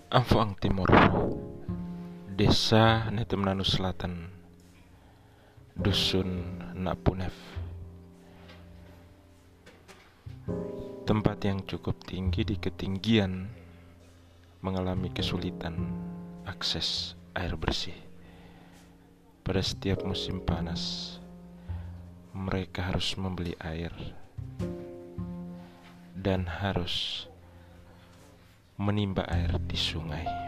Amfuang Timur, Desa Netemnanu Selatan, Dusun Napunef. Tempat yang cukup tinggi di ketinggian mengalami kesulitan akses air bersih. Pada setiap musim panas, mereka harus membeli air dan harus menimba air di sungai.